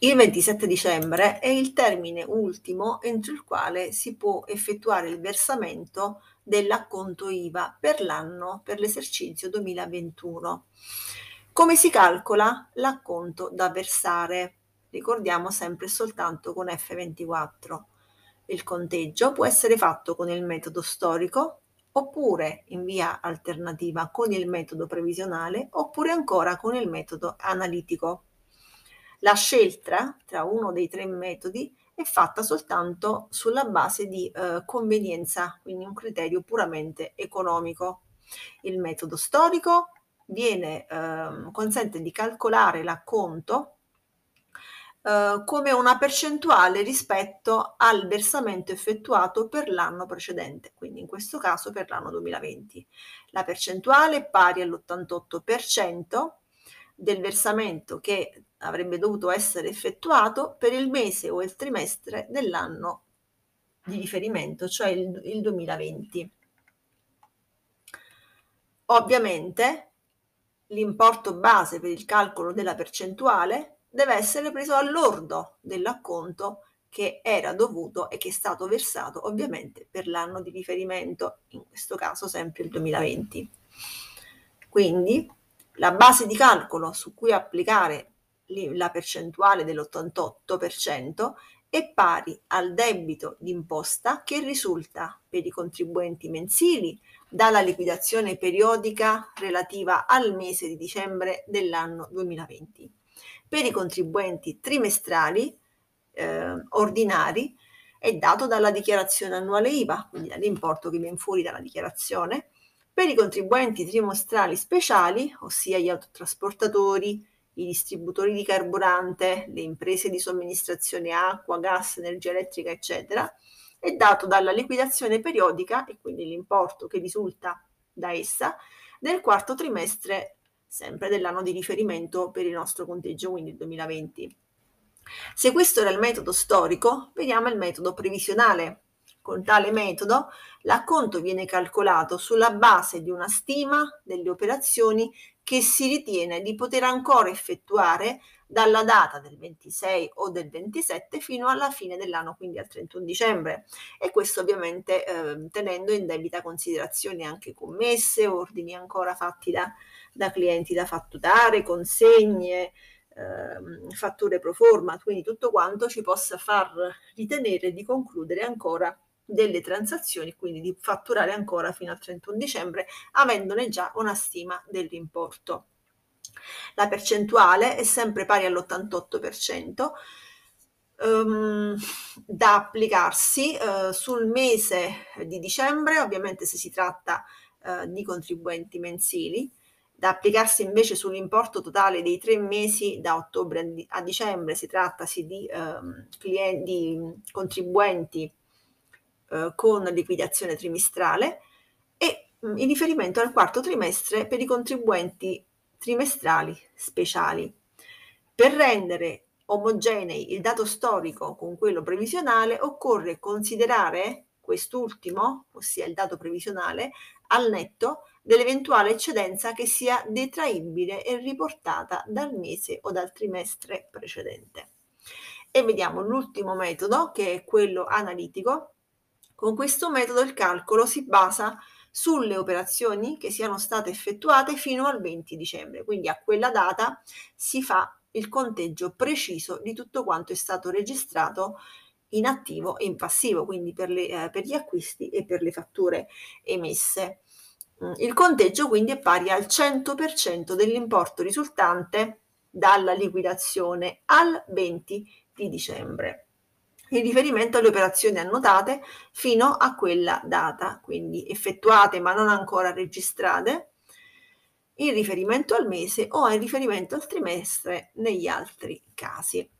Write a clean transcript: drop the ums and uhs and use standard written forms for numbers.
Il 27 dicembre è il termine ultimo entro il quale si può effettuare il versamento dell'acconto IVA per l'anno per l'esercizio 2021. Come si calcola l'acconto da versare? Ricordiamo sempre soltanto con F24. Il conteggio può essere fatto con il metodo storico, oppure in via alternativa con il metodo previsionale, oppure ancora con il metodo analitico. La scelta tra uno dei tre metodi è fatta soltanto sulla base di convenienza, quindi un criterio puramente economico. Il metodo storico consente di calcolare l'acconto come una percentuale rispetto al versamento effettuato per l'anno precedente, quindi in questo caso per l'anno 2020. La percentuale è pari all'88% del versamento che avrebbe dovuto essere effettuato per il mese o il trimestre dell'anno di riferimento, cioè il 2020. Ovviamente l'importo base per il calcolo della percentuale deve essere preso al lordo dell'acconto che era dovuto e che è stato versato ovviamente per l'anno di riferimento, in questo caso sempre il 2020. Quindi la base di calcolo su cui applicare la percentuale dell'88% è pari al debito d'imposta che risulta per i contribuenti mensili dalla liquidazione periodica relativa al mese di dicembre dell'anno 2020. Per i contribuenti trimestrali ordinari è dato dalla dichiarazione annuale IVA, quindi dall'importo che viene fuori dalla dichiarazione. Per i contribuenti trimestrali speciali, ossia gli autotrasportatori, i distributori di carburante, le imprese di somministrazione acqua, gas, energia elettrica, eccetera, è dato dalla liquidazione periodica, e quindi l'importo che risulta da essa, del quarto trimestre sempre dell'anno di riferimento per il nostro conteggio, quindi il 2020. Se questo era il metodo storico, vediamo il metodo previsionale. Con tale metodo l'acconto viene calcolato sulla base di una stima delle operazioni che si ritiene di poter ancora effettuare dalla data del 26 o del 27 fino alla fine dell'anno, quindi al 31 dicembre. E questo ovviamente tenendo in debita considerazione anche commesse, ordini ancora fatti da clienti da fatturare, consegne, fatture pro forma, quindi tutto quanto ci possa far ritenere di concludere ancora delle transazioni, quindi di fatturare ancora fino al 31 dicembre, avendone già una stima dell'importo. La percentuale è sempre pari all'88%, da applicarsi sul mese di dicembre, ovviamente se si tratta di contribuenti mensili, da applicarsi invece sull'importo totale dei 3 mesi da ottobre a dicembre, si trattasi di contribuenti con liquidazione trimestrale, e in riferimento al quarto trimestre per i contribuenti trimestrali speciali. Per rendere omogenei il dato storico con quello previsionale occorre considerare quest'ultimo, ossia il dato previsionale, al netto dell'eventuale eccedenza che sia detraibile e riportata dal mese o dal trimestre precedente. E vediamo l'ultimo metodo, che è quello analitico. Con questo metodo il calcolo si basa sulle operazioni che siano state effettuate fino al 20 dicembre, quindi a quella data si fa il conteggio preciso di tutto quanto è stato registrato in attivo e in passivo, quindi per gli acquisti e per le fatture emesse. Il conteggio quindi è pari al 100% dell'importo risultante dalla liquidazione al 20 di dicembre, in riferimento alle operazioni annotate fino a quella data, quindi effettuate ma non ancora registrate, in riferimento al mese o in riferimento al trimestre negli altri casi.